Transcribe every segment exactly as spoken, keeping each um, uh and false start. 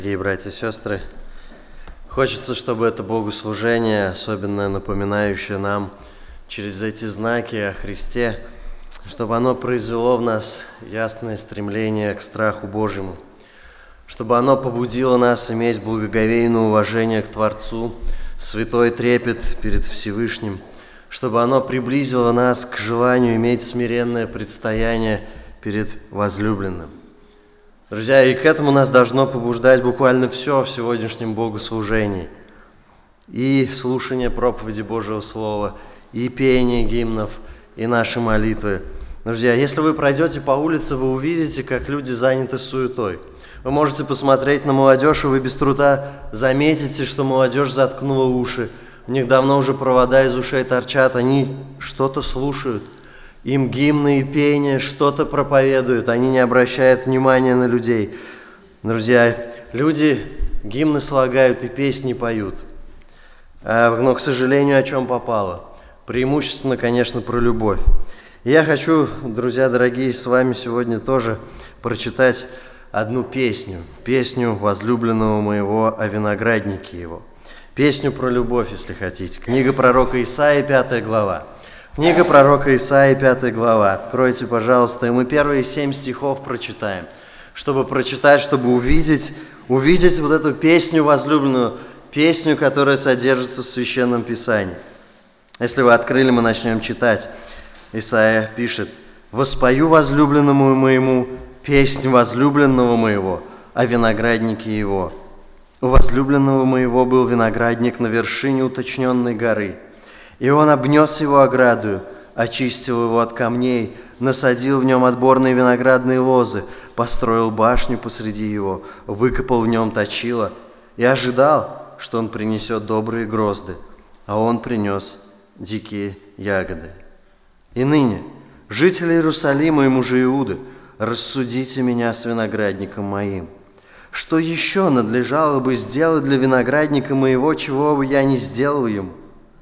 Дорогие братья и сестры, хочется, чтобы это богослужение, особенно напоминающее нам через эти знаки о Христе, чтобы оно произвело в нас ясное стремление к страху Божьему, чтобы оно побудило нас иметь благоговейное уважение к Творцу, святой трепет перед Всевышним, чтобы оно приблизило нас к желанию иметь смиренное предстояние перед возлюбленным. Друзья, и к этому нас должно побуждать буквально все в сегодняшнем богослужении. И слушание проповеди Божьего Слова, и пение гимнов, и наши молитвы. Друзья, если вы пройдете по улице, вы увидите, как люди заняты суетой. Вы можете посмотреть на молодежь, и вы без труда заметите, что молодежь заткнула уши. У них давно уже провода из ушей торчат, они что-то слушают. Им гимны и пение что-то проповедуют, они не обращают внимания на людей. Друзья, люди гимны слагают и песни поют. Но, к сожалению, о чем попало? Преимущественно, конечно, про любовь. И я хочу, друзья дорогие, с вами сегодня тоже прочитать одну песню. Песню возлюбленного моего о винограднике его. Песню про любовь, если хотите. Книга пророка Исаии, пятая глава. Книга пророка Исаии, пятая глава. Откройте, пожалуйста, и мы первые семь стихов прочитаем, чтобы прочитать, чтобы увидеть, увидеть вот эту песню возлюбленную, песню, которая содержится в Священном Писании. Если вы открыли, мы начнем читать. Исаия пишет: «Воспою возлюбленному моему песнь возлюбленного моего о винограднике его. У возлюбленного моего был виноградник на вершине уточненной горы. И он обнес его оградою, очистил его от камней, насадил в нем отборные виноградные лозы, построил башню посреди его, выкопал в нем точило и ожидал, что он принесет добрые грозды, а он принес дикие ягоды. И ныне, жители Иерусалима и мужи Иуды, рассудите меня с виноградником моим. Что еще надлежало бы сделать для виноградника моего, чего бы я не сделал ему?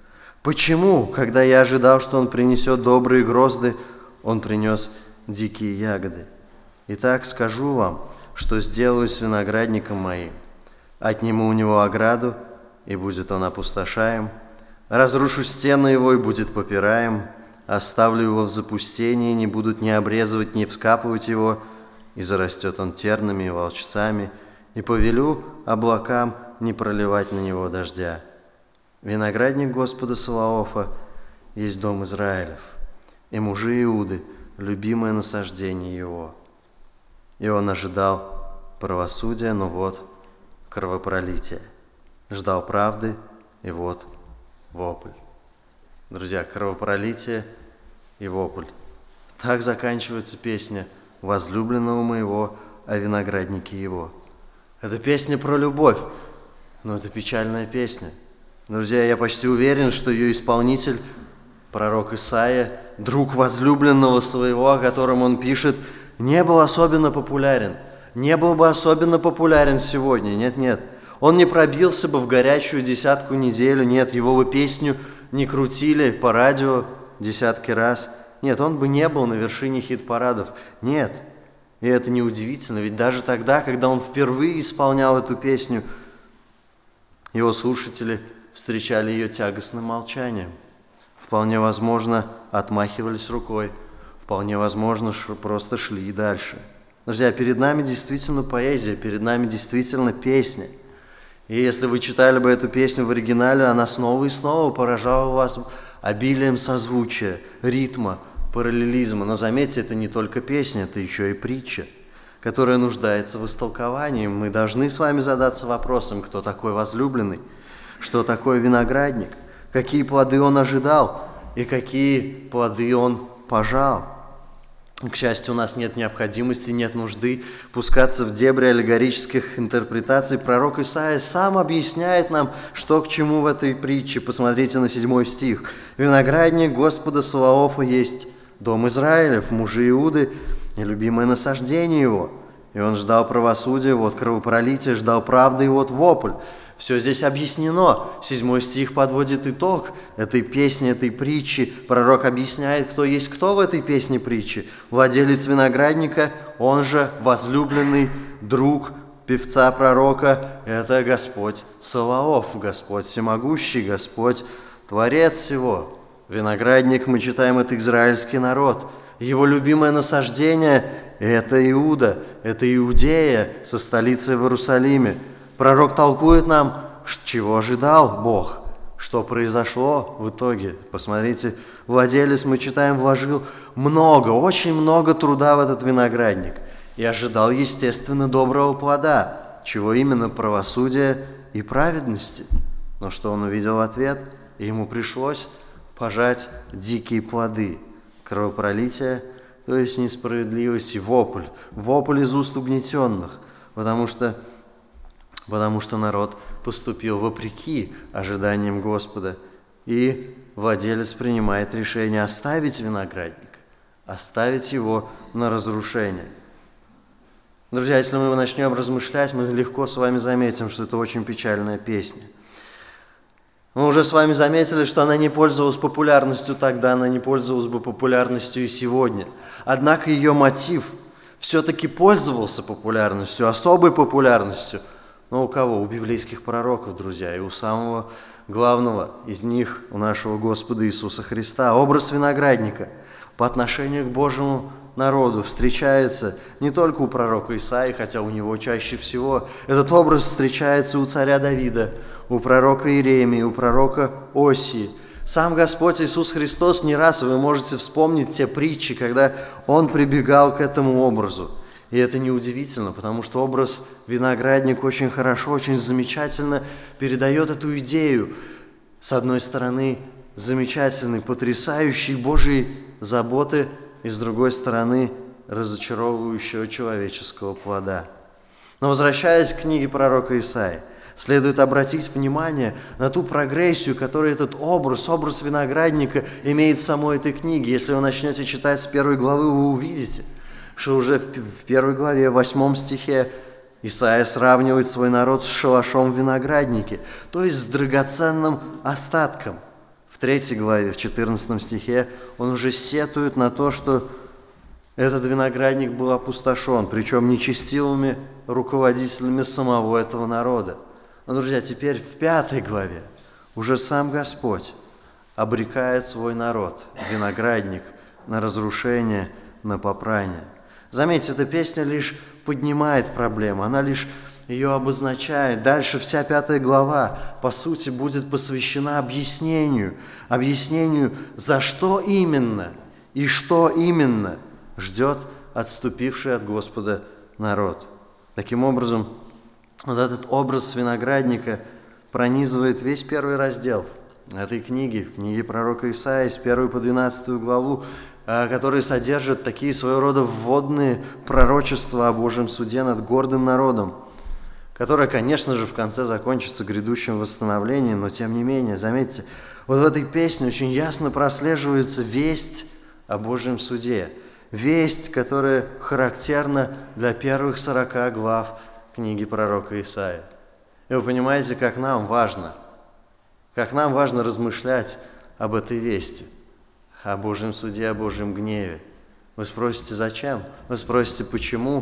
Почему, когда я ожидал, что он принесет добрые грозды, он принес дикие ягоды? Итак, скажу вам, что сделаю с виноградником моим. Отниму у него ограду, и будет он опустошаем. Разрушу стены его, и будет попираем. Оставлю его в запустении, не будут ни обрезывать, ни вскапывать его, и зарастет он тернами и волчцами, и повелю облакам не проливать на него дождя. Виноградник Господа Саваофа есть дом Израилев, и мужи Иуды – любимое насаждение его. И он ожидал правосудия, но вот кровопролитие. Ждал правды, и вот вопль». Друзья, кровопролитие и вопль. Так заканчивается песня возлюбленного моего о винограднике его. Это песня про любовь, но это печальная песня. Друзья, я почти уверен, что ее исполнитель, пророк Исаия, друг возлюбленного своего, о котором он пишет, не был особенно популярен. Не был бы особенно популярен сегодня. Нет-нет. Он не пробился бы в горячую десятку неделю. Нет, его бы песню не крутили по радио десятки раз. Нет, он бы не был на вершине хит-парадов. Нет. И это неудивительно, ведь даже тогда, когда он впервые исполнял эту песню, его слушатели встречали ее тягостным молчанием. Вполне возможно, отмахивались рукой. Вполне возможно, что просто шли дальше. Друзья, перед нами действительно поэзия, перед нами действительно песня. И если вы читали бы эту песню в оригинале, она снова и снова поражала вас обилием созвучия, ритма, параллелизма. Но заметьте, это не только песня, это еще и притча, которая нуждается в истолковании. Мы должны с вами задаться вопросом, кто такой возлюбленный, что такое виноградник, какие плоды он ожидал и какие плоды он пожал. К счастью, у нас нет необходимости, нет нужды пускаться в дебри аллегорических интерпретаций. Пророк Исаия сам объясняет нам, что к чему в этой притче. Посмотрите на седьмой стих. «Виноградник Господа Саваофа есть дом Израилев, мужи Иуды и любимое насаждение его. И он ждал правосудия, вот кровопролитие, ждал правды, и вот вопль». Все здесь объяснено. Седьмой стих подводит итог этой песни, этой притчи. Пророк объясняет, кто есть кто в этой песне-притчи. Владелец виноградника, он же возлюбленный друг певца-пророка – это Господь Саваоф, Господь всемогущий, Господь Творец всего. Виноградник, мы читаем, это израильский народ. Его любимое насаждение – это Иуда, это Иудея со столицей в Иерусалиме. Пророк толкует нам, чего ожидал Бог, что произошло в итоге. Посмотрите, владелец, мы читаем, вложил много, очень много труда в этот виноградник и ожидал, естественно, доброго плода, чего именно? Правосудия и праведности. Но что он увидел в ответ? И ему пришлось пожать дикие плоды, кровопролитие, то есть несправедливость и вопль, вопль из уст угнетенных, потому что, потому что народ поступил вопреки ожиданиям Господа, и владелец принимает решение оставить виноградник, оставить его на разрушение. Друзья, если мы начнем размышлять, мы легко с вами заметим, что это очень печальная песня. Мы уже с вами заметили, что она не пользовалась популярностью тогда, она не пользовалась бы популярностью и сегодня. Однако ее мотив все-таки пользовался популярностью, особой популярностью. Но у кого? У библейских пророков, друзья, и у самого главного из них, у нашего Господа Иисуса Христа. Образ виноградника по отношению к Божьему народу встречается не только у пророка Исаии, хотя у него чаще всего. Этот образ встречается у царя Давида, у пророка Иеремии, у пророка Осии. Сам Господь Иисус Христос не раз, вы можете вспомнить те притчи, когда Он прибегал к этому образу. И это неудивительно, потому что образ виноградник очень хорошо, очень замечательно передает эту идею. С одной стороны, замечательной, потрясающей Божьей заботы, и с другой стороны, разочаровывающего человеческого плода. Но возвращаясь к книге пророка Исаии, следует обратить внимание на ту прогрессию, которую этот образ, образ виноградника имеет в самой этой книге. Если вы начнете читать с первой главы, вы увидите, что уже в первой главе, в восьмом стихе, Исаия сравнивает свой народ с шалашом в винограднике, то есть с драгоценным остатком. В третьей главе, в четырнадцатом стихе, он уже сетует на то, что этот виноградник был опустошен, причем нечестивыми руководителями самого этого народа. Но, друзья, теперь в пятой главе уже сам Господь обрекает свой народ, виноградник, на разрушение, на попрание. Заметьте, эта песня лишь поднимает проблему, она лишь ее обозначает. Дальше вся пятая глава, по сути, будет посвящена объяснению, объяснению, за что именно и что именно ждет отступивший от Господа народ. Таким образом, вот этот образ виноградника пронизывает весь первый раздел этой книги, книги пророка Исаии, с первой по двенадцатую главу, которые содержат такие своего рода вводные пророчества о Божьем суде над гордым народом, которое, конечно же, в конце закончится грядущим восстановлением, но тем не менее, заметьте, вот в этой песне очень ясно прослеживается весть о Божьем суде, весть, которая характерна для первых сорока глав книги пророка Исаии. И вы понимаете, как нам важно, как нам важно размышлять об этой вести, о Божьем суде, о Божьем гневе. Вы спросите, зачем? Вы спросите, почему?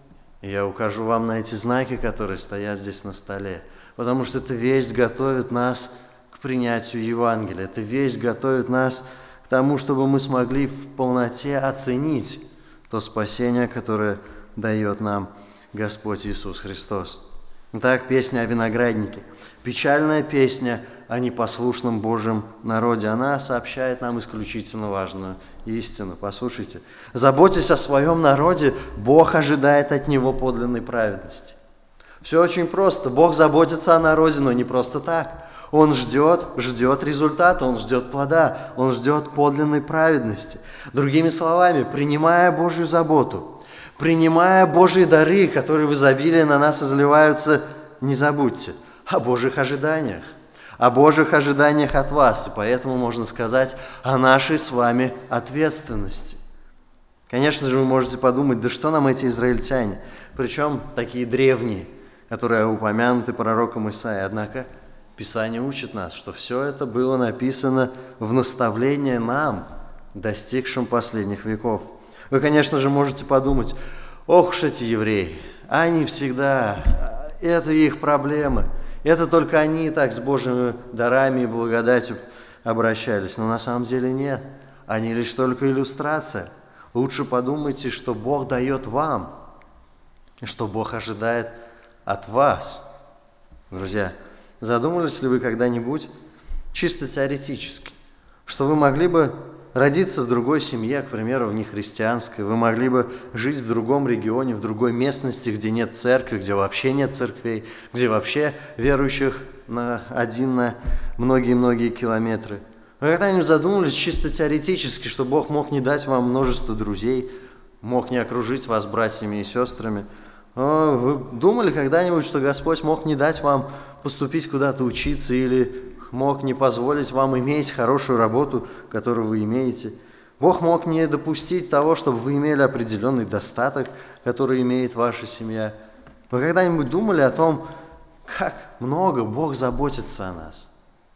И я укажу вам на эти знаки, которые стоят здесь на столе. Потому что эта весть готовит нас к принятию Евангелия. Эта весть готовит нас к тому, чтобы мы смогли в полноте оценить то спасение, которое дает нам Господь Иисус Христос. Итак, песня о винограднике. Печальная песня о непослушном Божьем народе. Она сообщает нам исключительно важную истину. Послушайте. Заботясь о своем народе, Бог ожидает от него подлинной праведности. Все очень просто. Бог заботится о народе, но не просто так. Он ждет, ждет результата, Он ждет плода, Он ждет подлинной праведности. Другими словами, принимая Божью заботу, принимая Божьи дары, которые в изобилии на нас изливаются, не забудьте о Божьих ожиданиях, о Божьих ожиданиях от вас, и поэтому можно сказать о нашей с вами ответственности. Конечно же, вы можете подумать, да что нам эти израильтяне, причем такие древние, которые упомянуты пророком Исаией, однако Писание учит нас, что все это было написано в наставление нам, достигшим последних веков. Вы, конечно же, можете подумать, ох уж эти евреи, они всегда, это их проблемы. Это только они так с Божьими дарами и благодатью обращались. Но на самом деле нет. Они лишь только иллюстрация. Лучше подумайте, что Бог дает вам, и что Бог ожидает от вас. Друзья, задумывались ли вы когда-нибудь, чисто теоретически, что вы могли бы родиться в другой семье, к примеру, в нехристианской, вы могли бы жить в другом регионе, в другой местности, где нет церкви, где вообще нет церквей, где вообще верующих на один на многие-многие километры. Вы когда-нибудь задумывались чисто теоретически, что Бог мог не дать вам множество друзей, мог не окружить вас братьями и сестрами? Вы думали когда-нибудь, что Господь мог не дать вам поступить куда-то учиться или мог не позволить вам иметь хорошую работу, которую вы имеете? Бог мог не допустить того, чтобы вы имели определенный достаток, который имеет ваша семья. Вы когда-нибудь думали о том, как много Бог заботится о нас?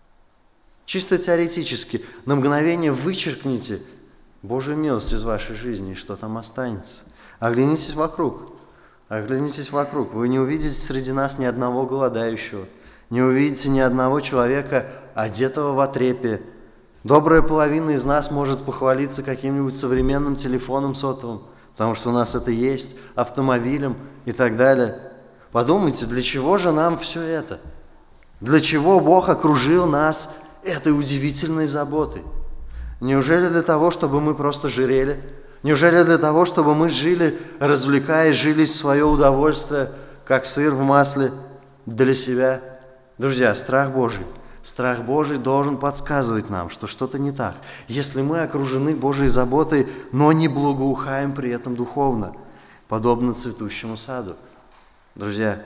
Чисто теоретически, на мгновение вычеркните Божью милость из вашей жизни, и что там останется? Оглянитесь вокруг. Оглянитесь вокруг. Вы не увидите среди нас ни одного голодающего, не увидите ни одного человека, одетого в отрепье. Добрая половина из нас может похвалиться каким-нибудь современным телефоном сотовым, потому что у нас это есть, автомобилем и так далее. Подумайте, для чего же нам все это? Для чего Бог окружил нас этой удивительной заботой? Неужели для того, чтобы мы просто жирели? Неужели для того, чтобы мы жили, развлекаясь, жили в свое удовольствие, как сыр в масле, для себя? Друзья, страх Божий, страх Божий должен подсказывать нам, что что-то не так, если мы окружены Божьей заботой, но не благоухаем при этом духовно, подобно цветущему саду. Друзья,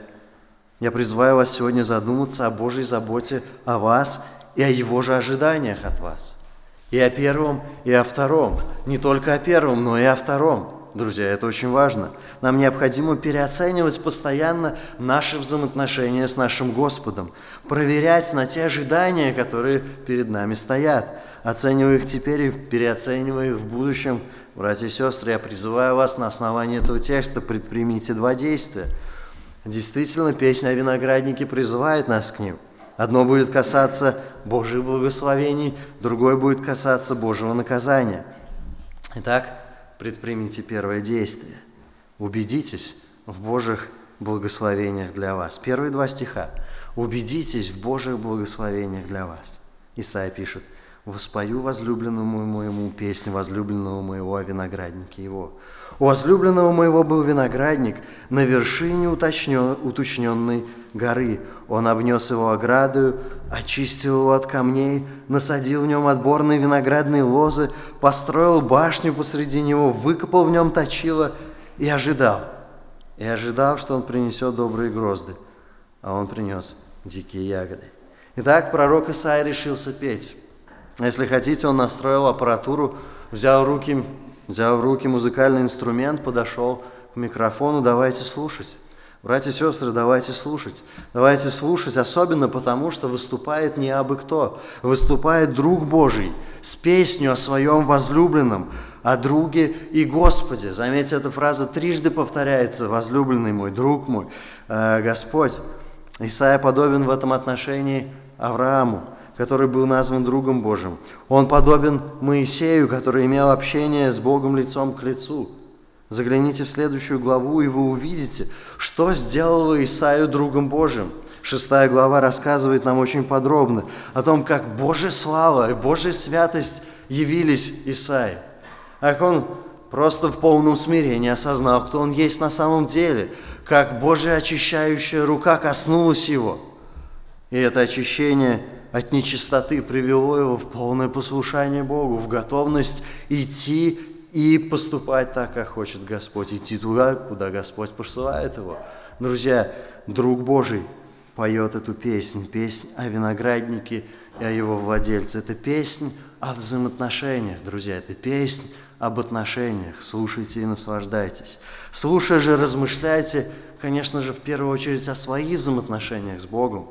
я призываю вас сегодня задуматься о Божьей заботе о вас и о Его же ожиданиях от вас. И о первом, и о втором. Не только о первом, но и о втором. Друзья, это очень важно. Нам необходимо переоценивать постоянно наши взаимоотношения с нашим Господом, проверять на те ожидания, которые перед нами стоят. Оценивая их теперь и переоценивая их в будущем, братья и сестры, я призываю вас на основании этого текста предпримите два действия. Действительно, песня о винограднике призывает нас к ним. Одно будет касаться Божьих благословений, другое будет касаться Божьего наказания. Итак, предпримите первое действие. Убедитесь в Божьих благословениях для вас. Первые два стиха. Убедитесь в Божьих благословениях для вас. Исайя пишет: «Воспою возлюбленному моему песню возлюбленного моего о винограднике его. У возлюбленного моего был виноградник на вершине уточненной горы. Он обнес его оградою, очистил его от камней, насадил в нем отборные виноградные лозы, построил башню посреди него, выкопал в нем точило и ожидал. И ожидал, что он принесет добрые грозды, а он принес дикие ягоды». Итак, пророк Исайя решился петь. Если хотите, он настроил аппаратуру, взял в руки, взял в руки музыкальный инструмент, подошел к микрофону. Давайте слушать. Братья и сестры, давайте слушать. Давайте слушать, особенно потому, что выступает не абы кто. Выступает друг Божий с песнью о своем возлюбленном, о друге и Господе. Заметьте, эта фраза трижды повторяется: возлюбленный мой, друг мой, э, Господь. Исайя подобен в этом отношении Аврааму, который был назван другом Божьим. Он подобен Моисею, который имел общение с Богом лицом к лицу. Загляните в следующую главу, и вы увидите, что сделало Исаию другом Божьим. Шестая глава рассказывает нам очень подробно о том, как Божья слава и Божья святость явились Исаии. Как он просто в полном смирении осознал, кто он есть на самом деле, как Божья очищающая рука коснулась его. И это очищение от нечистоты привело его в полное послушание Богу, в готовность идти и поступать так, как хочет Господь, идти туда, куда Господь посылает его. Друзья, друг Божий поет эту песнь, песнь о винограднике и о его владельце. Это песнь о взаимоотношениях, друзья, это песнь об отношениях. Слушайте и наслаждайтесь. Слушая же, размышляйте, конечно же, в первую очередь о своих взаимоотношениях с Богом.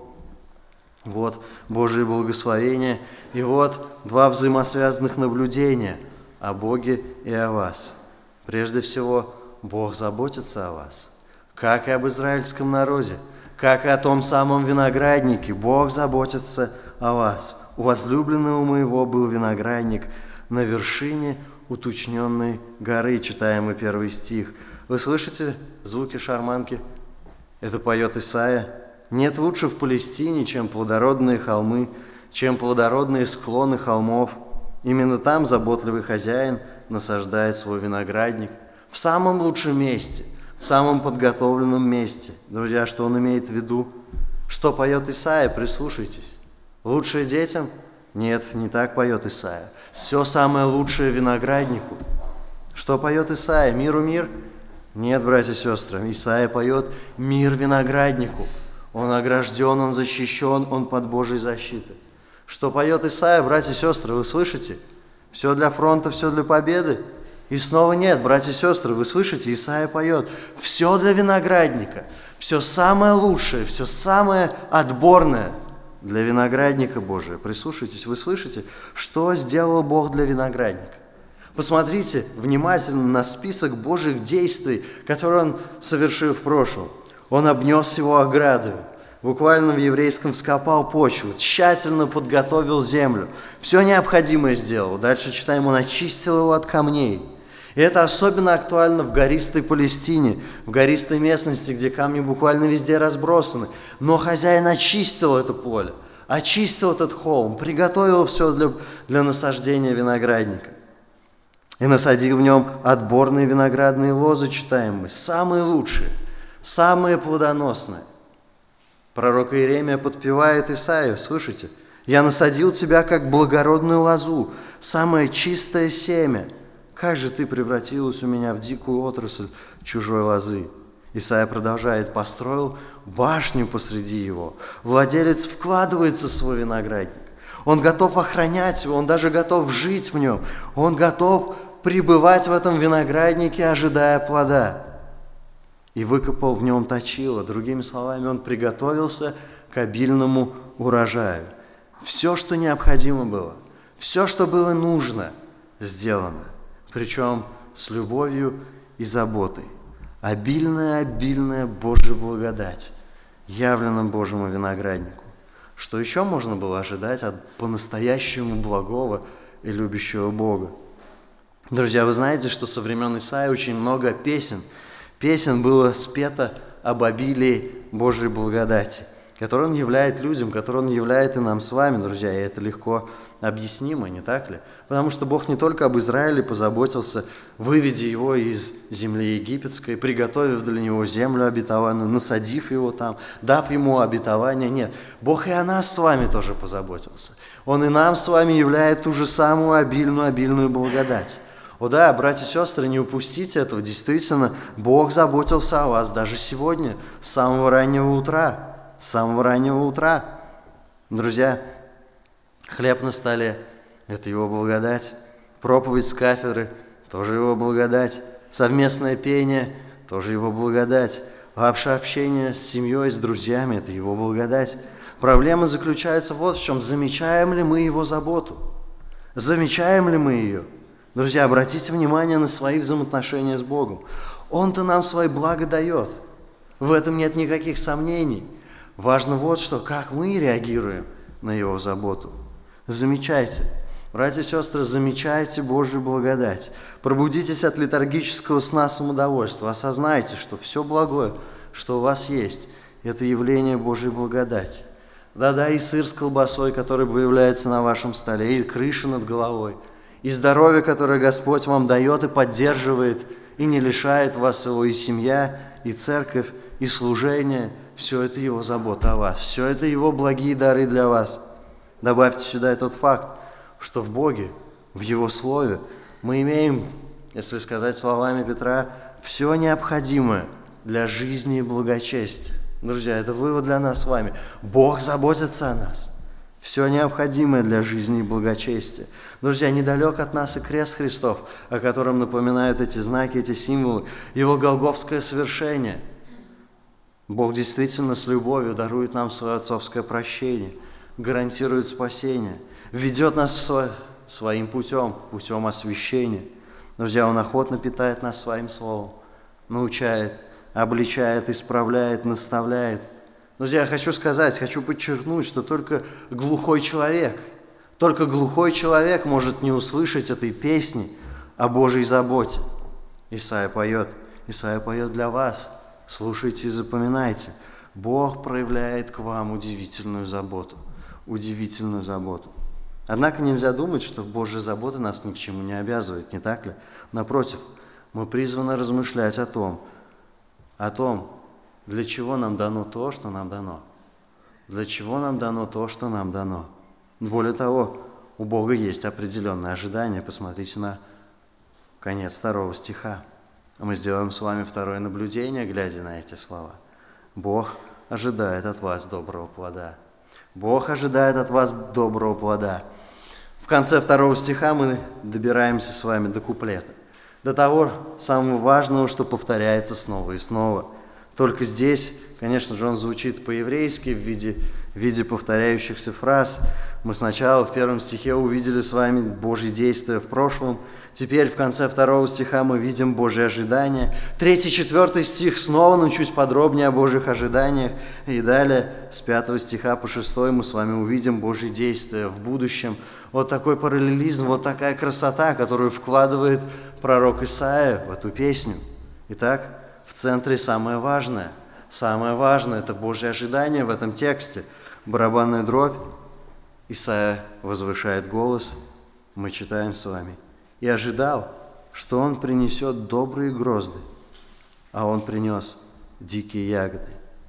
Вот Божие благословение, и вот два взаимосвязанных наблюдения о Боге и о вас. Прежде всего, Бог заботится о вас. как и об израильском народе, как и о том самом винограднике. Бог заботится о вас. У возлюбленного моего был виноградник на вершине уточненной горы, читаем мы первый стих. Вы слышите звуки шарманки? Это поет Исаия. Нет лучше в Палестине, чем плодородные холмы, чем плодородные склоны холмов. Именно там заботливый хозяин насаждает свой виноградник. В самом лучшем месте, в самом подготовленном месте. Друзья, что он имеет в виду? Что поет Исаия? Прислушайтесь. Лучшее детям? Нет, не так поет Исаия. Все самое лучшее винограднику. Что поет Исаия? Миру мир? Нет, братья и сестры, Исаия поет мир винограднику. Он огражден, он защищен, он под Божьей защитой. Что поет Исаия, братья и сестры, вы слышите? Все для фронта, все для победы. И снова нет, братья и сестры, вы слышите, Исаия поет все для виноградника, все самое лучшее, все самое отборное для виноградника Божия. Прислушайтесь, вы слышите, что сделал Бог для виноградника? Посмотрите внимательно на список Божьих действий, которые Он совершил в прошлом. Он обнес его оградой, буквально в еврейском вскопал почву, тщательно подготовил землю, все необходимое сделал. Дальше читаем, он очистил его от камней. И это особенно актуально в гористой Палестине, в гористой местности, где камни буквально везде разбросаны. Но хозяин очистил это поле, очистил этот холм, приготовил все для, для насаждения виноградника. И насадил в нем отборные виноградные лозы, читаем мы, самые лучшие, самые плодоносные. Пророк Иеремия подпевает Исаию, слышите? «Я насадил тебя, как благородную лозу, самое чистое семя. Как же ты превратилась у меня в дикую отрасль чужой лозы?» Исаия продолжает, «Построил башню посреди его. Владелец вкладывается в свой виноградник. Он готов охранять его, он даже готов жить в нем. Он готов пребывать в этом винограднике, ожидая плода. И выкопал в нем точило». Другими словами, он приготовился к обильному урожаю. Все, что необходимо было, все, что было нужно, сделано. Причем с любовью и заботой. Обильная-обильная Божья благодать, явлена Божьему винограднику. Что еще можно было ожидать от по-настоящему благого и любящего Бога? Друзья, вы знаете, что со времен Исаии очень много песен. Песен было спето об обилии Божьей благодати, которую Он являет людям, которую Он являет и нам с вами, друзья, и это легко объяснимо, не так ли? Потому что Бог не только об Израиле позаботился, выведя его из земли египетской, приготовив для него землю обетованную, насадив его там, дав ему обетование. Нет, Бог и о нас с вами тоже позаботился. Он и нам с вами являет ту же самую обильную-обильную благодать. О да, братья и сестры, не упустите этого. Действительно, Бог заботился о вас даже сегодня, с самого раннего утра. С самого раннего утра. Друзья, хлеб на столе – это Его благодать. Проповедь с кафедры – тоже Его благодать. Совместное пение – тоже Его благодать. Ваше общение с семьей, с друзьями – это Его благодать. Проблема заключается вот в чем. Замечаем ли мы Его заботу? Замечаем ли мы ее? Друзья, обратите внимание на свои взаимоотношения с Богом. Он-то нам свои блага дает. В этом нет никаких сомнений. Важно вот что, как мы реагируем на Его заботу. Замечайте, братья и сестры, замечайте Божью благодать. Пробудитесь от летаргического сна самодовольства. Осознайте, что все благое, что у вас есть, это явление Божьей благодати. Да-да, и сыр с колбасой, который появляется на вашем столе, и крыша над головой, и здоровье, которое Господь вам дает и поддерживает, и не лишает вас его, и семья, и церковь, и служение. Все это Его забота о вас, все это Его благие дары для вас. Добавьте сюда и тот факт, что в Боге, в Его Слове мы имеем, если сказать словами Петра, все необходимое для жизни и благочестия. Друзья, это вывод для нас с вами. Бог заботится о нас. Все необходимое для жизни и благочестия. Друзья, недалек от нас и крест Христов, о котором напоминают эти знаки, эти символы, Его голгофское совершение. Бог действительно с любовью дарует нам свое отцовское прощение, гарантирует спасение, ведет нас своим путем, путем освящения. Друзья, Он охотно питает нас Своим Словом, научает, обличает, исправляет, наставляет. Друзья, я хочу сказать, хочу подчеркнуть, что только глухой человек, только глухой человек может не услышать этой песни о Божьей заботе. Исайя поет, Исайя поет для вас. Слушайте и запоминайте. Бог проявляет к вам удивительную заботу, удивительную заботу. Однако нельзя думать, что Божья забота нас ни к чему не обязывает, не так ли? Напротив, мы призваны размышлять о том, о том, для чего нам дано то, что нам дано. Для чего нам дано то, что нам дано. Более того, у Бога есть определенное ожидание. Посмотрите на конец второго стиха. Мы сделаем с вами второе наблюдение, глядя на эти слова. Бог ожидает от вас доброго плода. Бог ожидает от вас доброго плода. В конце второго стиха мы добираемся с вами до куплета. До того самого важного, что повторяется снова и снова. Только здесь, конечно же, он звучит по-еврейски в виде, в виде повторяющихся фраз. Мы сначала в первом стихе увидели с вами Божьи действия в прошлом. Теперь в конце второго стиха мы видим Божьи ожидания. Третий, четвертый стих снова, но чуть подробнее о Божьих ожиданиях. И далее с пятого стиха по шестой мы с вами увидим Божьи действия в будущем. Вот такой параллелизм, вот такая красота, которую вкладывает пророк Исайя в эту песню. Итак, в центре самое важное. Самое важное – это Божье ожидание в этом тексте. Барабанная дробь. Исайя возвышает голос. Мы читаем с вами. «И ожидал, что он принесет добрые грозды, а он принес дикие ягоды».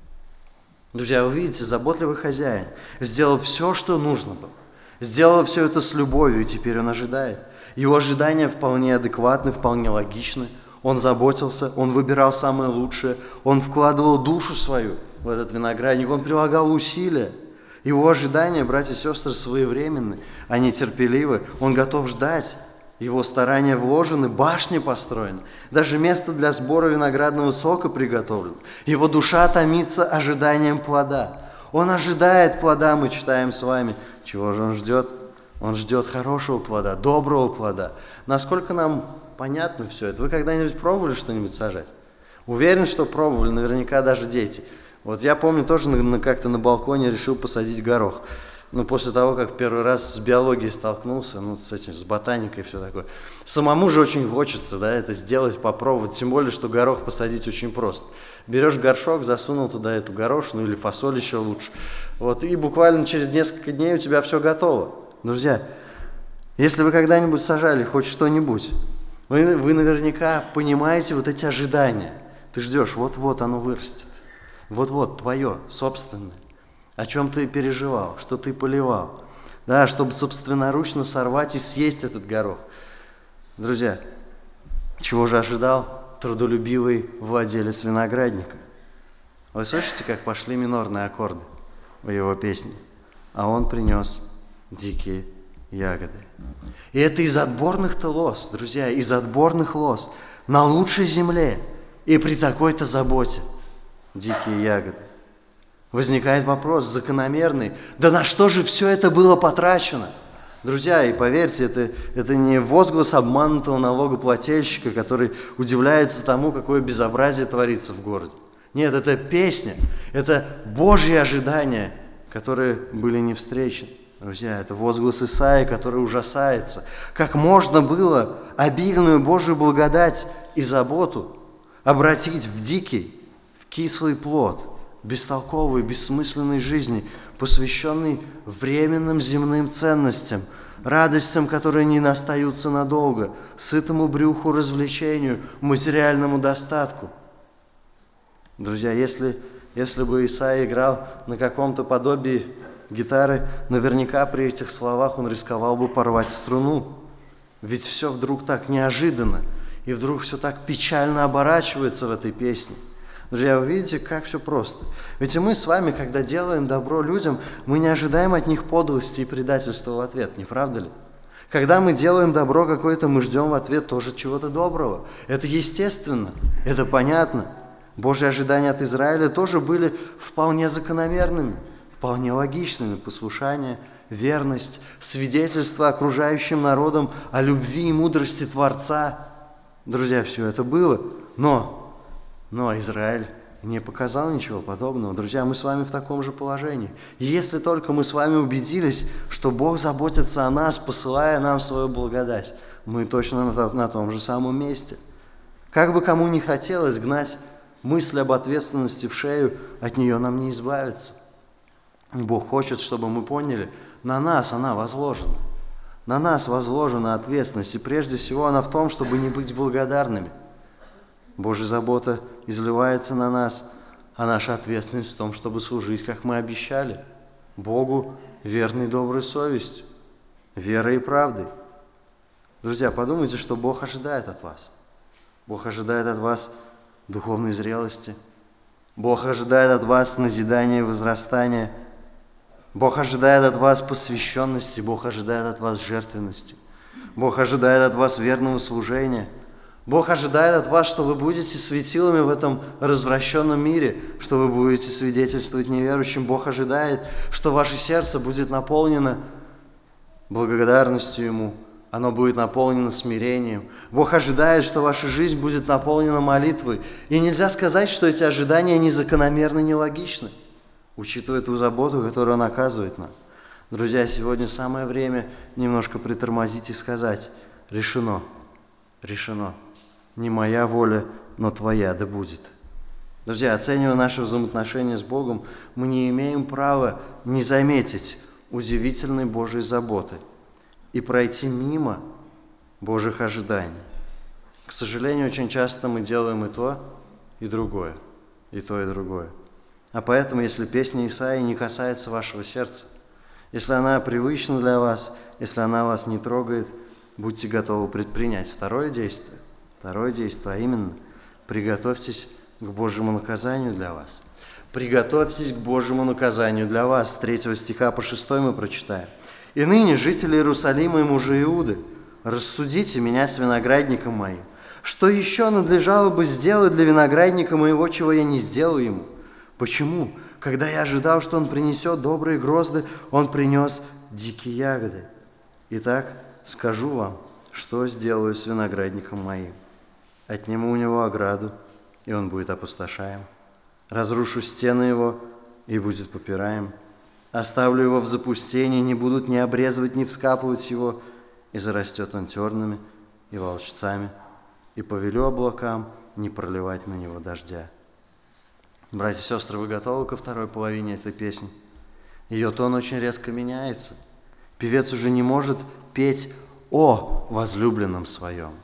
Друзья, вы видите, заботливый хозяин сделал все, что нужно было. Сделал все это с любовью, и теперь он ожидает. Его ожидания вполне адекватны, вполне логичны. Он заботился, он выбирал самое лучшее, он вкладывал душу свою в этот виноградник, он прилагал усилия. Его ожидания, братья и сестры, своевременны, они терпеливы, он готов ждать. Его старания вложены, башни построены, даже место для сбора виноградного сока приготовлено. Его душа томится ожиданием плода. Он ожидает плода, мы читаем с вами. Чего же он ждет? Он ждет хорошего плода, доброго плода. Насколько нам понятно все это? Вы когда-нибудь пробовали что-нибудь сажать? Уверен, что пробовали, наверняка даже дети. Вот я помню, тоже на, как-то на балконе решил посадить горох. Ну, после того, как первый раз с биологией столкнулся, ну, с этим, с ботаникой и все такое. Самому же очень хочется, да, это сделать, попробовать. Тем более, что горох посадить очень просто. Берешь горшок, засунул туда эту горошину или фасоль еще лучше. Вот, и буквально через несколько дней у тебя все готово. Друзья, если вы когда-нибудь сажали хоть что-нибудь, вы, вы наверняка понимаете вот эти ожидания. Ты ждешь, вот-вот оно вырастет. Вот-вот, твое, собственное. О чем ты переживал, что ты поливал, да, чтобы собственноручно сорвать и съесть этот горох. Друзья, чего же ожидал трудолюбивый владелец виноградника? Вы слышите, как пошли минорные аккорды в его песне? А он принес дикие ягоды. И это из отборных-то лоз, друзья, из отборных лоз, на лучшей земле и при такой-то заботе дикие ягоды. Возникает вопрос закономерный, да на что же все это было потрачено? Друзья, и поверьте, это, это не возглас обманутого налогоплательщика, который удивляется тому, какое безобразие творится в городе. Нет, это песня, это Божьи ожидания, которые были не встречены. Друзья, это возглас Исаии, который ужасается. Как можно было обильную Божью благодать и заботу обратить в дикий, в кислый плод, бестолковой, бессмысленной жизни, посвященной временным земным ценностям, радостям, которые не остаются надолго, сытому брюху, развлечению, материальному достатку. Друзья, если, если бы Исаия играл на каком-то подобии гитары, наверняка при этих словах он рисковал бы порвать струну. Ведь все вдруг так неожиданно, и вдруг все так печально оборачивается в этой песне. Друзья, вы видите, как все просто. Ведь и мы с вами, когда делаем добро людям, мы не ожидаем от них подлости и предательства в ответ, не правда ли? Когда мы делаем добро какое-то, мы ждем в ответ тоже чего-то доброго. Это естественно, это понятно. Божьи ожидания от Израиля тоже были вполне закономерными, вполне логичными. Послушание, верность, свидетельство окружающим народам о любви и мудрости Творца. Друзья, все это было, но... Но Израиль не показал ничего подобного. Друзья, мы с вами в таком же положении. И если только мы с вами убедились, что Бог заботится о нас, посылая нам свою благодать, мы точно на, на том же самом месте. Как бы кому ни хотелось гнать мысль об ответственности в шею, от нее нам не избавиться. Бог хочет, чтобы мы поняли, на нас она возложена. На нас возложена ответственность, и прежде всего она в том, чтобы не быть благодарными. Божья забота изливается на нас, а наша ответственность в том, чтобы служить, как мы обещали, Богу верной доброй совестью, верой и правдой. Друзья, подумайте, что Бог ожидает от вас. Бог ожидает от вас духовной зрелости. Бог ожидает от вас назидания и возрастания. Бог ожидает от вас посвященности. Бог ожидает от вас жертвенности. Бог ожидает от вас верного служения. Бог ожидает от вас, что вы будете светилами в этом развращенном мире, что вы будете свидетельствовать неверующим. Бог ожидает, что ваше сердце будет наполнено благодарностью Ему, оно будет наполнено смирением. Бог ожидает, что ваша жизнь будет наполнена молитвой. И нельзя сказать, что эти ожидания незакономерны, нелогичны, учитывая ту заботу, которую Он оказывает нам. Друзья, сегодня самое время немножко притормозить и сказать: решено, решено. Не моя воля, но Твоя да будет. Друзья, оценивая наши взаимоотношения с Богом, мы не имеем права не заметить удивительной Божьей заботы и пройти мимо Божьих ожиданий. К сожалению, очень часто мы делаем и то, и другое, и то, и другое. А поэтому, если песня Исаии не касается вашего сердца, если она привычна для вас, если она вас не трогает, будьте готовы предпринять второе действие. Второе действие, а именно, приготовьтесь к Божьему наказанию для вас. Приготовьтесь к Божьему наказанию для вас. С третьего стиха по шестой мы прочитаем. «И ныне, жители Иерусалима и мужи Иуды, рассудите меня с виноградником моим. Что еще надлежало бы сделать для виноградника моего, чего я не сделал ему? Почему, когда я ожидал, что он принесет добрые грозды, он принес дикие ягоды? Итак, скажу вам, что сделаю с виноградником моим. Отниму у него ограду, и он будет опустошаем. Разрушу стены его, и будет попираем. Оставлю его в запустении, не будут ни обрезывать, ни вскапывать его, и зарастет он тернами и волчцами, и повелю облакам не проливать на него дождя». Братья и сестры, вы готовы ко второй половине этой песни? Ее тон очень резко меняется. Певец уже не может петь о возлюбленном своем.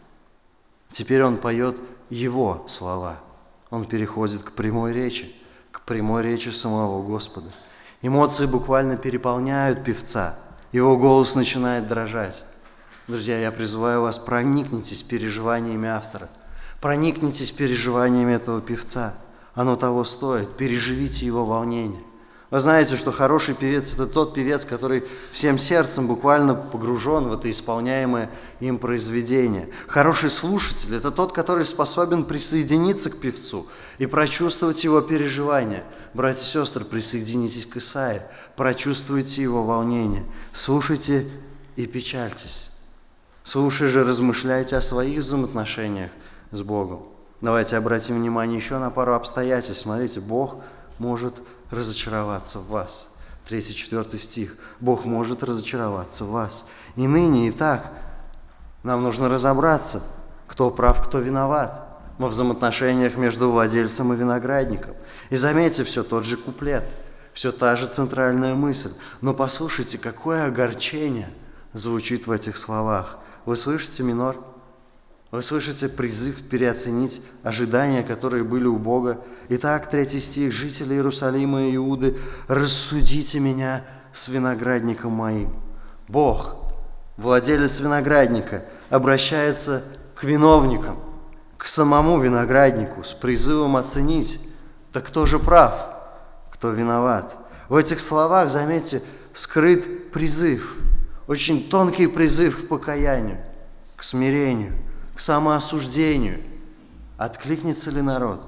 Теперь он поет его слова. Он переходит к прямой речи, к прямой речи самого Господа. Эмоции буквально переполняют певца. Его голос начинает дрожать. Друзья, я призываю вас, проникнитесь переживаниями автора. Проникнитесь переживаниями этого певца. Оно того стоит. Переживите его волнение. Вы знаете, что хороший певец – это тот певец, который всем сердцем буквально погружен в это исполняемое им произведение. Хороший слушатель – это тот, который способен присоединиться к певцу и прочувствовать его переживания. Братья и сестры, присоединитесь к Исаии, прочувствуйте его волнение, слушайте и печальтесь. Слушай же, размышляйте о своих взаимоотношениях с Богом. Давайте обратим внимание еще на пару обстоятельств. Смотрите, Бог может разочароваться в вас. Третий, четвертый стих. Бог может разочароваться в вас. И ныне, и так нам нужно разобраться, кто прав, кто виноват во взаимоотношениях между владельцем и виноградником. И заметьте, все тот же куплет, все та же центральная мысль. Но послушайте, какое огорчение звучит в этих словах. Вы слышите минор? Вы слышите призыв переоценить ожидания, которые были у Бога. Итак, третий стих. «Жители Иерусалима и Иуды, рассудите меня с виноградником моим». Бог, владелец виноградника, обращается к виновникам, к самому винограднику с призывом оценить, так кто же прав, кто виноват. В этих словах, заметьте, скрыт призыв, очень тонкий призыв к покаянию, к смирению, к самоосуждению. Откликнется ли народ?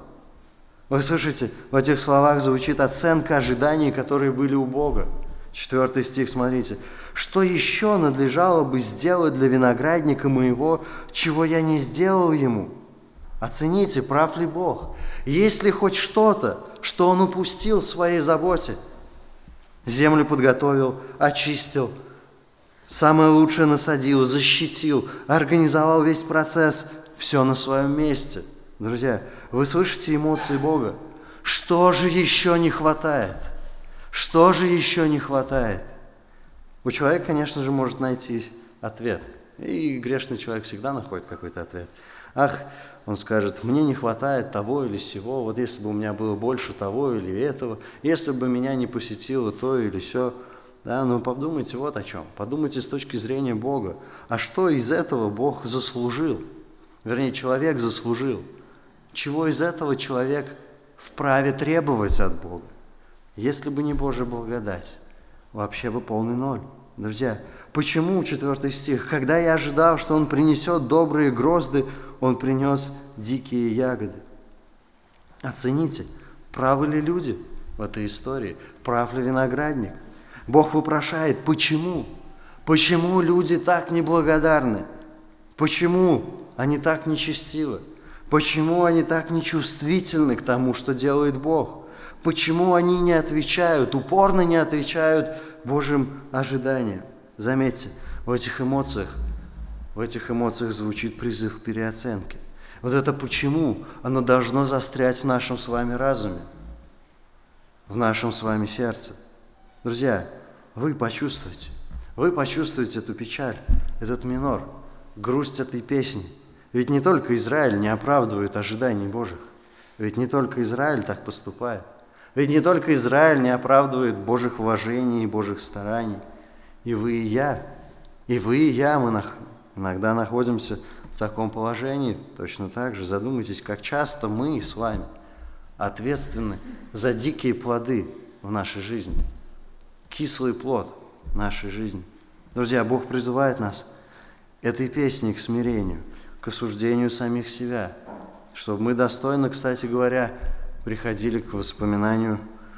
Вы слышите, в этих словах звучит оценка ожиданий, которые были у Бога. Четвертый стих, смотрите. «Что еще надлежало бы сделать для виноградника моего, чего я не сделал ему?» Оцените, прав ли Бог. Есть ли хоть что-то, что Он упустил в своей заботе? Землю подготовил, очистил, самое лучшее насадил, защитил, организовал весь процесс, все на своем месте. Друзья, вы слышите эмоции Бога? Что же еще не хватает? Что же еще не хватает? У человека, конечно же, может найти ответ. И грешный человек всегда находит какой-то ответ. Ах, он скажет, мне не хватает того или сего, вот если бы у меня было больше того или этого, если бы меня не посетило то или сё. Да, но подумайте вот о чем. Подумайте с точки зрения Бога. А что из этого Бог заслужил? Вернее, человек заслужил. Чего из этого человек вправе требовать от Бога? Если бы не Божья благодать, вообще бы полный ноль. Друзья, почему, четвертый стих, когда я ожидал, что Он принесет добрые грозды, Он принес дикие ягоды? Оцените, правы ли люди в этой истории? Прав ли виноградник? Бог вопрошает, почему? Почему люди так неблагодарны? Почему они так нечестивы? Почему они так нечувствительны к тому, что делает Бог? Почему они не отвечают, упорно не отвечают Божьим ожиданиям? Заметьте, в этих эмоциях, в этих эмоциях звучит призыв к переоценке. Вот это почему, оно должно застрять в нашем с вами разуме, в нашем с вами сердце. Друзья, вы почувствуете, вы почувствуете эту печаль, этот минор, грусть этой песни. Ведь не только Израиль не оправдывает ожиданий Божьих, ведь не только Израиль так поступает, ведь не только Израиль не оправдывает Божьих вложений и Божьих стараний. И вы, и я, и вы, и я, мы иногда находимся в таком положении, точно так же. Задумайтесь, как часто мы с вами ответственны за дикие плоды в нашей жизни, кислый плод нашей жизни. Друзья, Бог призывает нас этой песней к смирению, к осуждению самих себя, чтобы мы достойно, кстати говоря, приходили к воспоминанию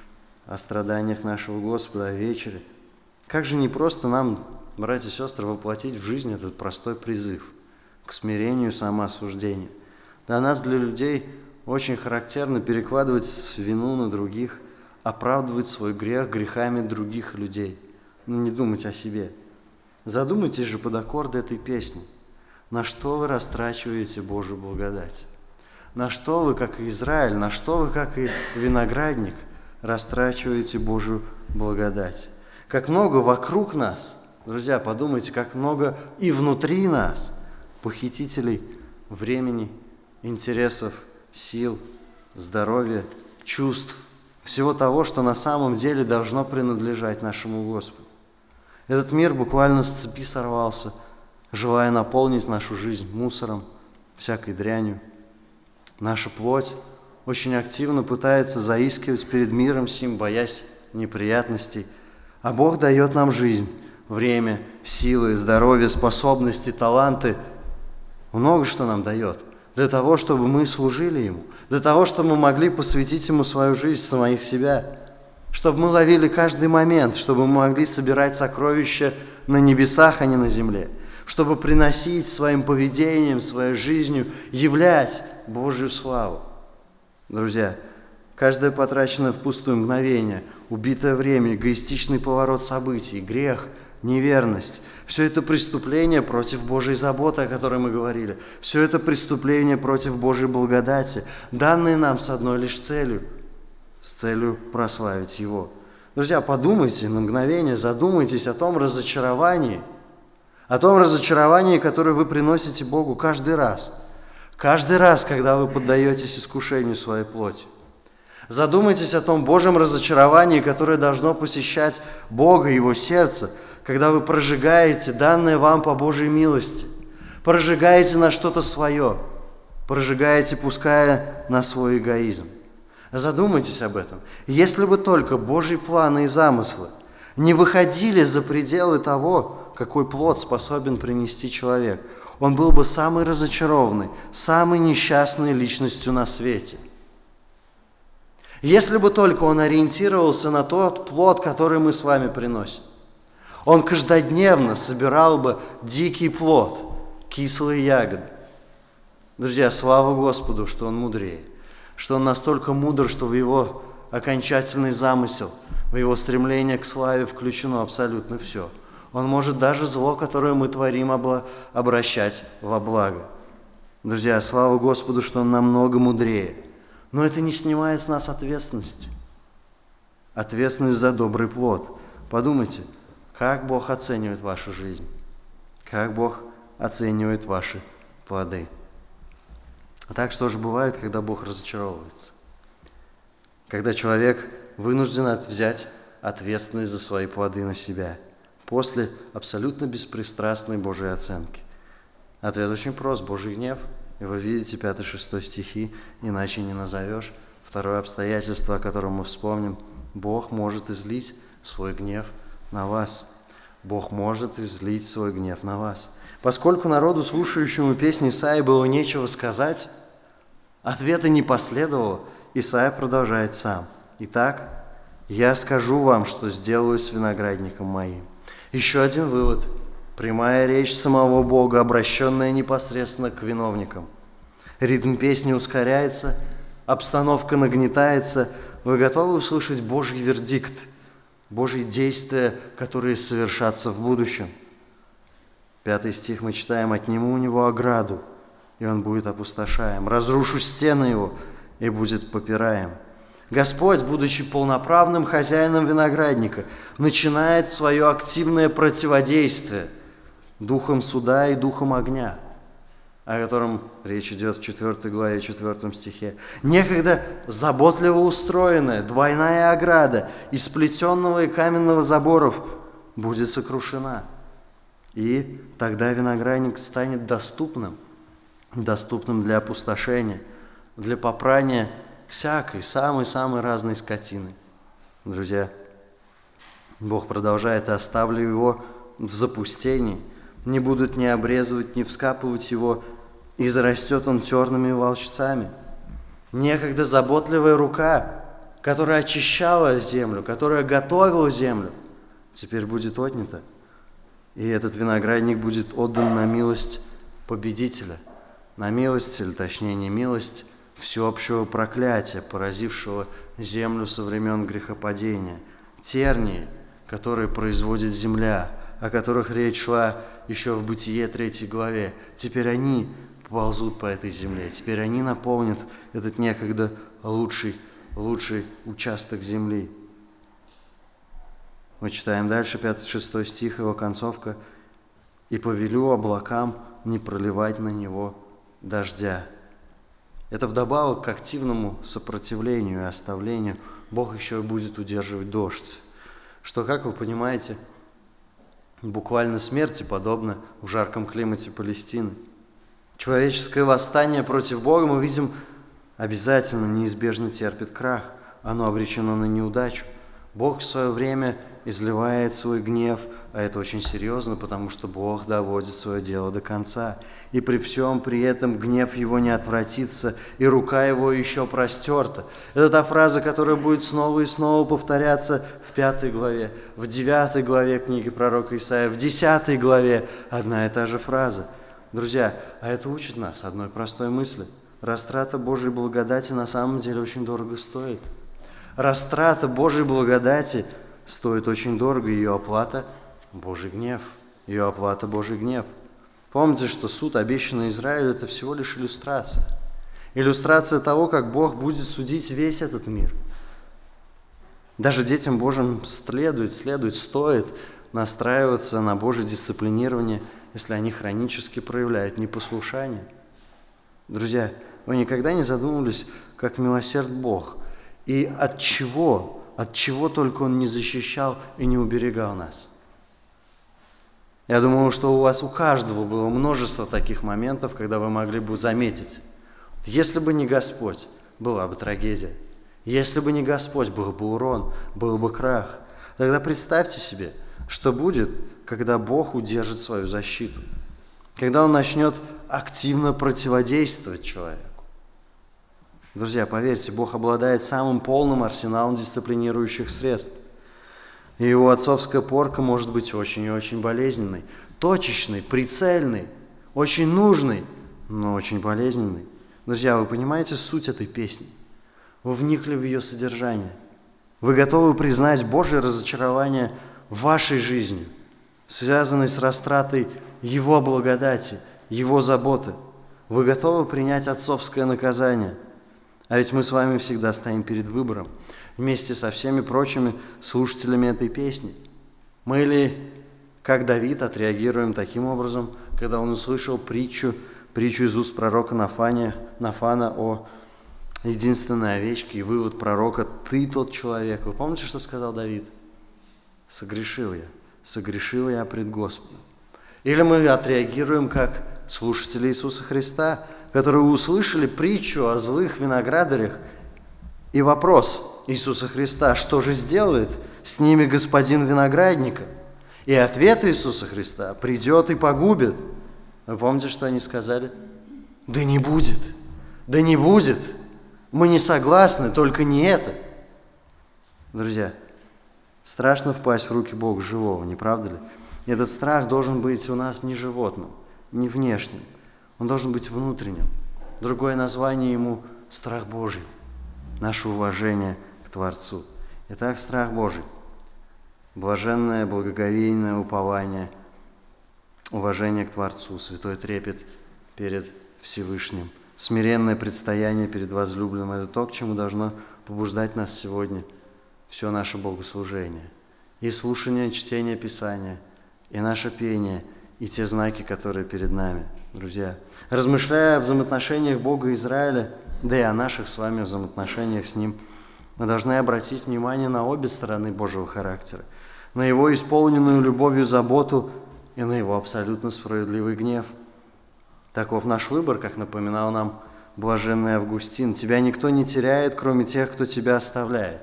о страданиях нашего Господа, о вечере. Как же непросто нам, братья и сестры, воплотить в жизнь этот простой призыв к смирению, самоосуждению. Для нас, для людей, очень характерно перекладывать вину на других, оправдывать свой грех грехами других людей, но не думать о себе. Задумайтесь же под аккорды этой песни, на что вы растрачиваете Божью благодать, на что вы, как и Израиль, на что вы, как и виноградник, растрачиваете Божью благодать. Как много вокруг нас, друзья, подумайте, как много и внутри нас похитителей времени, интересов, сил, здоровья, чувств, всего того, что на самом деле должно принадлежать нашему Господу. Этот мир буквально с цепи сорвался, желая наполнить нашу жизнь мусором, всякой дрянью. Наша плоть очень активно пытается заискивать перед миром сим, боясь неприятностей, а Бог дает нам жизнь, время, силы, здоровье, способности, таланты. Много что нам дает для того, чтобы мы служили Ему, для того, чтобы мы могли посвятить Ему свою жизнь, самих себя, чтобы мы ловили каждый момент, чтобы мы могли собирать сокровища на небесах, а не на земле, чтобы приносить своим поведением, своей жизнью, являть Божью славу. Друзья, каждое потраченное впустую мгновение, убитое время, эгоистичный поворот событий, грех, неверность – все это преступление против Божьей заботы, о которой мы говорили. Все это преступление против Божьей благодати, данные нам с одной лишь целью – с целью прославить Его. Друзья, подумайте на мгновение, задумайтесь о том разочаровании, о том разочаровании, которое вы приносите Богу каждый раз. Каждый раз, когда вы поддаетесь искушению своей плоти. Задумайтесь о том Божьем разочаровании, которое должно посещать Бога и Его сердце, когда вы прожигаете данное вам по Божьей милости, прожигаете на что-то свое, прожигаете, пуская на свой эгоизм. Задумайтесь об этом. Если бы только Божьи планы и замыслы не выходили за пределы того, какой плод способен принести человек, он был бы самой разочарованной, самой несчастной личностью на свете. Если бы только он ориентировался на тот плод, который мы с вами приносим, он каждодневно собирал бы дикий плод, кислые ягоды. Друзья, слава Господу, что Он мудрее, что Он настолько мудр, что в Его окончательный замысел, в Его стремление к славе включено абсолютно все. Он может даже зло, которое мы творим, обращать во благо. Друзья, слава Господу, что Он намного мудрее. Но это не снимает с нас ответственности. Ответственность за добрый плод. Подумайте, как Бог оценивает вашу жизнь, как Бог оценивает ваши плоды. А так что же бывает, когда Бог разочаровывается? Когда человек вынужден взять ответственность за свои плоды на себя после абсолютно беспристрастной Божьей оценки. Ответ очень прост. Божий гнев. И вы видите пятый-шестой стихи, иначе не назовешь. Второе обстоятельство, о котором мы вспомним. Бог может излить свой гнев на вас. Бог может излить свой гнев на вас. Поскольку народу, слушающему песни Исаии, было нечего сказать, ответа не последовало, Исаия продолжает сам. «Итак, я скажу вам, что сделаю с виноградником моим». Еще один вывод. Прямая речь самого Бога, обращенная непосредственно к виновникам. Ритм песни ускоряется, обстановка нагнетается. Вы готовы услышать Божий вердикт, Божьи действия, которые совершатся в будущем? Пятый стих мы читаем: «Отниму у него ограду, и он будет опустошаем. Разрушу стены его, и будет попираем». Господь, будучи полноправным хозяином виноградника, начинает свое активное противодействие духом суда и духом огня, о котором речь идет в четвёртой главе, четвёртом стихе. Некогда заботливо устроенная двойная ограда из сплетенного и каменного заборов будет сокрушена. И тогда виноградник станет доступным, доступным для опустошения, для попрания всякой, самой-самой разной скотины. Друзья, Бог продолжает: «И оставлю его в запустении, не будут ни обрезывать, ни вскапывать его, и зарастет он терными волчцами». Некогда заботливая рука, которая очищала землю, которая готовила землю, теперь будет отнята. И этот виноградник будет отдан на милость победителя, на милость, или точнее не милость, всеобщего проклятия, поразившего землю со времен грехопадения. Тернии, которые производит земля, о которых речь шла еще в Бытие третьей главе, теперь они ползут по этой земле, теперь они наполнят этот некогда лучший, лучший участок земли. Мы читаем дальше, пятый-шестой стих, его концовка: «И повелю облакам не проливать на него дождя». Это вдобавок к активному сопротивлению и оставлению Бог еще и будет удерживать дождь, что, как вы понимаете, буквально смерти подобно в жарком климате Палестины. Человеческое восстание против Бога, мы видим, обязательно, неизбежно терпит крах. Оно обречено на неудачу. Бог в свое время изливает свой гнев, а это очень серьезно, потому что Бог доводит свое дело до конца. И при всем при этом гнев его не отвратится, и рука его еще простерта. Это та фраза, которая будет снова и снова повторяться в пятой главе, в девятой главе книги пророка Исаия, в десятой главе одна и та же фраза. Друзья, а это учит нас одной простой мысли. Растрата Божьей благодати на самом деле очень дорого стоит. Растрата Божьей благодати стоит очень дорого, ее оплата – Божий гнев. Ее оплата – Божий гнев. Помните, что суд, обещанный Израилю, это всего лишь иллюстрация. Иллюстрация того, как Бог будет судить весь этот мир. Даже детям Божьим следует, следует, стоит настраиваться на Божье дисциплинирование, если они хронически проявляют непослушание. Друзья, вы никогда не задумывались, как милосерд Бог, и от чего, от чего только Он не защищал и не уберегал нас? Я думаю, что у вас у каждого было множество таких моментов, когда вы могли бы заметить: если бы не Господь, была бы трагедия. Если бы не Господь, был бы урон, был бы крах. Тогда представьте себе, что будет, когда Бог удержит свою защиту, когда Он начнет активно противодействовать человеку. Друзья, поверьте, Бог обладает самым полным арсеналом дисциплинирующих средств. И его отцовская порка может быть очень и очень болезненной, точечной, прицельной, очень нужной, но очень болезненный. Друзья, вы понимаете суть этой песни? Вы вникли в ее содержание. Вы готовы признать Божье разочарование вашей жизнью, связанной с растратой Его благодати, Его заботы. Вы готовы принять отцовское наказание? А ведь мы с вами всегда стоим перед выбором, вместе со всеми прочими слушателями этой песни. Мы ли, как Давид, отреагируем таким образом, когда он услышал притчу, притчу из уст пророка Нафания, Нафана о единственной овечке, и вывод пророка: «Ты тот человек». Вы помните, что сказал Давид? «Согрешил я, согрешил я пред Господом». Или мы отреагируем, как слушатели Иисуса Христа, которые услышали притчу о злых виноградарях, и вопрос Иисуса Христа: что же сделает с ними господин виноградника? И ответ Иисуса Христа: придет и погубит. Вы помните, что они сказали? Да не будет, да не будет. Мы не согласны, только не это. Друзья, страшно впасть в руки Бога живого, не правда ли? И этот страх должен быть у нас не животным, не внешним. Он должен быть внутренним. Другое название ему – страх Божий, наше уважение к Творцу. Итак, страх Божий, блаженное, благоговейное упование, уважение к Творцу, святой трепет перед Всевышним, смиренное предстояние перед возлюбленным – это то, к чему должно побуждать нас сегодня все наше богослужение. И слушание, чтение Писания, и наше пение, и те знаки, которые перед нами, друзья. Размышляя о взаимоотношениях Бога и Израиля, да и о наших с вами взаимоотношениях с Ним, мы должны обратить внимание на обе стороны Божьего характера, на Его исполненную любовью заботу и на Его абсолютно справедливый гнев. Таков наш выбор, как напоминал нам блаженный Августин. Тебя никто не теряет, кроме тех, кто тебя оставляет.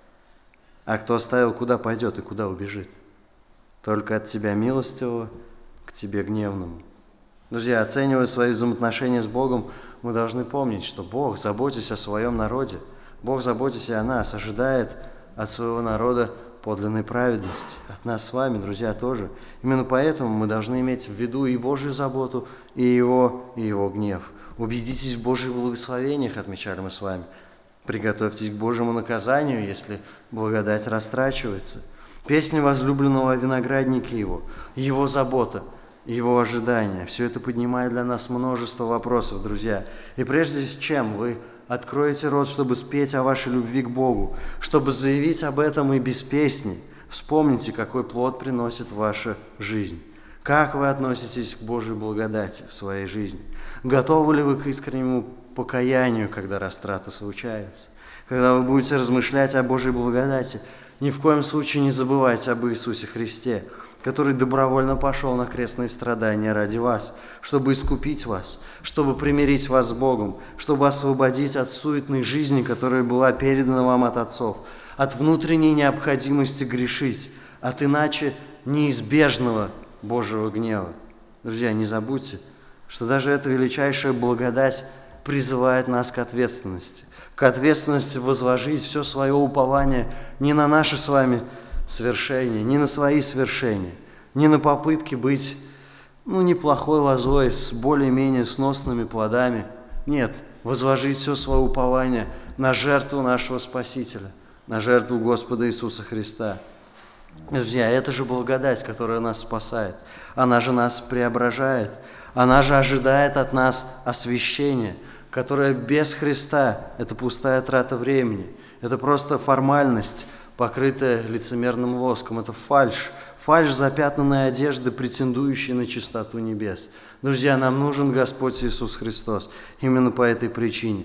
А кто оставил, куда пойдет и куда убежит? Только от тебя милостивого к тебе гневному. Друзья, оценивая свои взаимоотношения с Богом, мы должны помнить, что Бог, заботясь о своем народе, Бог, заботясь о нас, ожидает от своего народа подлинной праведности. От нас с вами, друзья, тоже. Именно поэтому мы должны иметь в виду и Божью заботу, и Его, и Его гнев. Убедитесь в Божьих благословениях, отмечали мы с вами. Приготовьтесь к Божьему наказанию, если благодать растрачивается. Песня возлюбленного о винограднике Его, Его забота, Его ожидания. Все это поднимает для нас множество вопросов, друзья. И прежде чем вы откроете рот, чтобы спеть о вашей любви к Богу, чтобы заявить об этом и без песни, вспомните, какой плод приносит ваша жизнь. Как вы относитесь к Божьей благодати в своей жизни? Готовы ли вы к искреннему покаянию, когда растрата случается? Когда вы будете размышлять о Божьей благодати, ни в коем случае не забывайте об Иисусе Христе, который добровольно пошел на крестные страдания ради вас, чтобы искупить вас, чтобы примирить вас с Богом, чтобы освободить от суетной жизни, которая была передана вам от отцов, от внутренней необходимости грешить, от иначе неизбежного Божьего гнева. Друзья, не забудьте, что даже эта величайшая благодать призывает нас к ответственности, к ответственности возложить все свое упование не на наши с вами свершения, не на свои свершения, не на попытки быть, ну, неплохой лозой с более-менее сносными плодами. Нет, возложить все свое упование на жертву нашего Спасителя, на жертву Господа Иисуса Христа. Друзья, это же благодать, которая нас спасает. Она же нас преображает. Она же ожидает от нас освящения, которое без Христа – это пустая трата времени. Это просто формальность, покрытая лицемерным воском. Это фальшь, фальшь запятнанной одежды, претендующей на чистоту небес. Друзья, нам нужен Господь Иисус Христос именно по этой причине.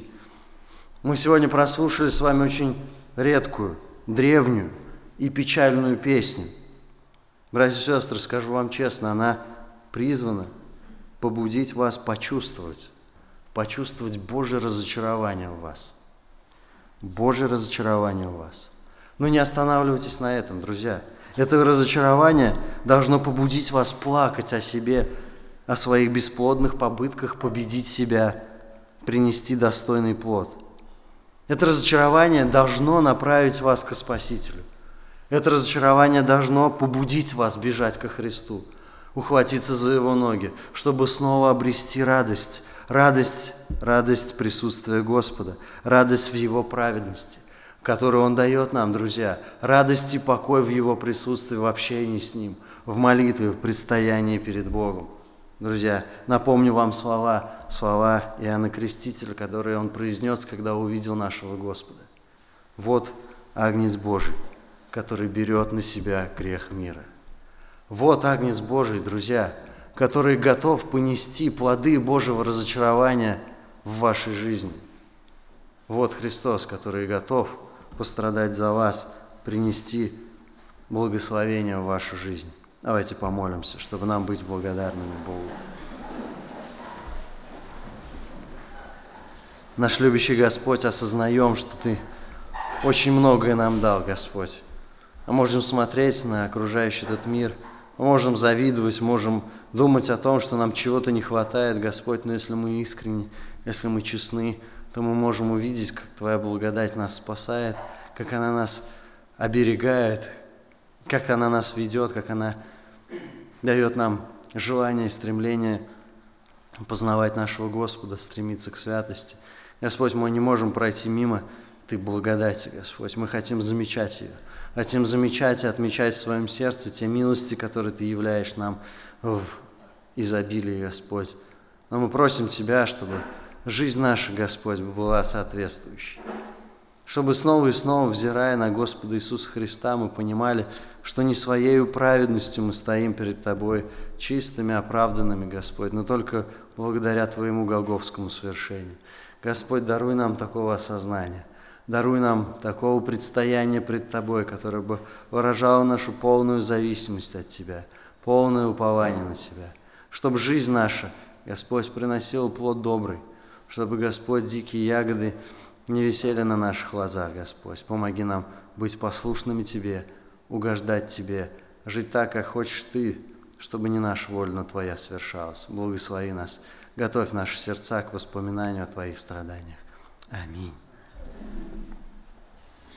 Мы сегодня прослушали с вами очень редкую, древнюю и печальную песню. Братья и сестры, скажу вам честно, она призвана побудить вас почувствовать, почувствовать Божье разочарование в вас. Божье разочарование в вас. Но не останавливайтесь на этом, друзья. Это разочарование должно побудить вас плакать о себе, о своих бесплодных попытках победить себя, принести достойный плод. Это разочарование должно направить вас к Спасителю. Это разочарование должно побудить вас бежать ко Христу. ухватиться за Его ноги, чтобы снова обрести радость, радость, радость присутствия Господа, радость в Его праведности, которую Он дает нам, друзья, радость и покой в Его присутствии, в общении с Ним, в молитве, в предстоянии перед Богом. Друзья, напомню вам слова, слова Иоанна Крестителя, которые он произнес, когда увидел нашего Господа. «Вот Агнец Божий, который берет на себя грех мира». Вот Агнец Божий, друзья, который готов понести плоды Божьего разочарования в вашей жизни. Вот Христос, который готов пострадать за вас, принести благословение в вашу жизнь. Давайте помолимся, чтобы нам быть благодарными Богу. Наш любящий Господь, осознаем, что Ты очень многое нам дал, Господь. Мы можем смотреть на окружающий этот мир, мы можем завидовать, можем думать о том, что нам чего-то не хватает, Господь, но если мы искренни, если мы честны, то мы можем увидеть, как Твоя благодать нас спасает, как она нас оберегает, как она нас ведет, как она дает нам желание и стремление познавать нашего Господа, стремиться к святости. Господь, мы не можем пройти мимо Ты благодати, Господь. Мы хотим замечать ее, хотим замечать и отмечать в своем сердце те милости, которые Ты являешь нам в изобилии, Господь. Но мы просим Тебя, чтобы жизнь наша, Господь, была соответствующей. Чтобы снова и снова, взирая на Господа Иисуса Христа, мы понимали, что не своей праведностью мы стоим перед Тобой чистыми, оправданными, Господь, но только благодаря Твоему голгофскому совершению. Господь, даруй нам такого осознания, даруй нам такого предстояния пред Тобой, которое бы выражало нашу полную зависимость от Тебя, полное упование на Тебя, чтобы жизнь наша, Господь, приносила плод добрый, чтобы, Господь, дикие ягоды не висели на наших глазах, Господь. Помоги нам быть послушными Тебе, угождать Тебе, жить так, как хочешь Ты, чтобы не наша воля, но Твоя свершалась. Благослови нас, готовь наши сердца к воспоминанию о Твоих страданиях. Аминь.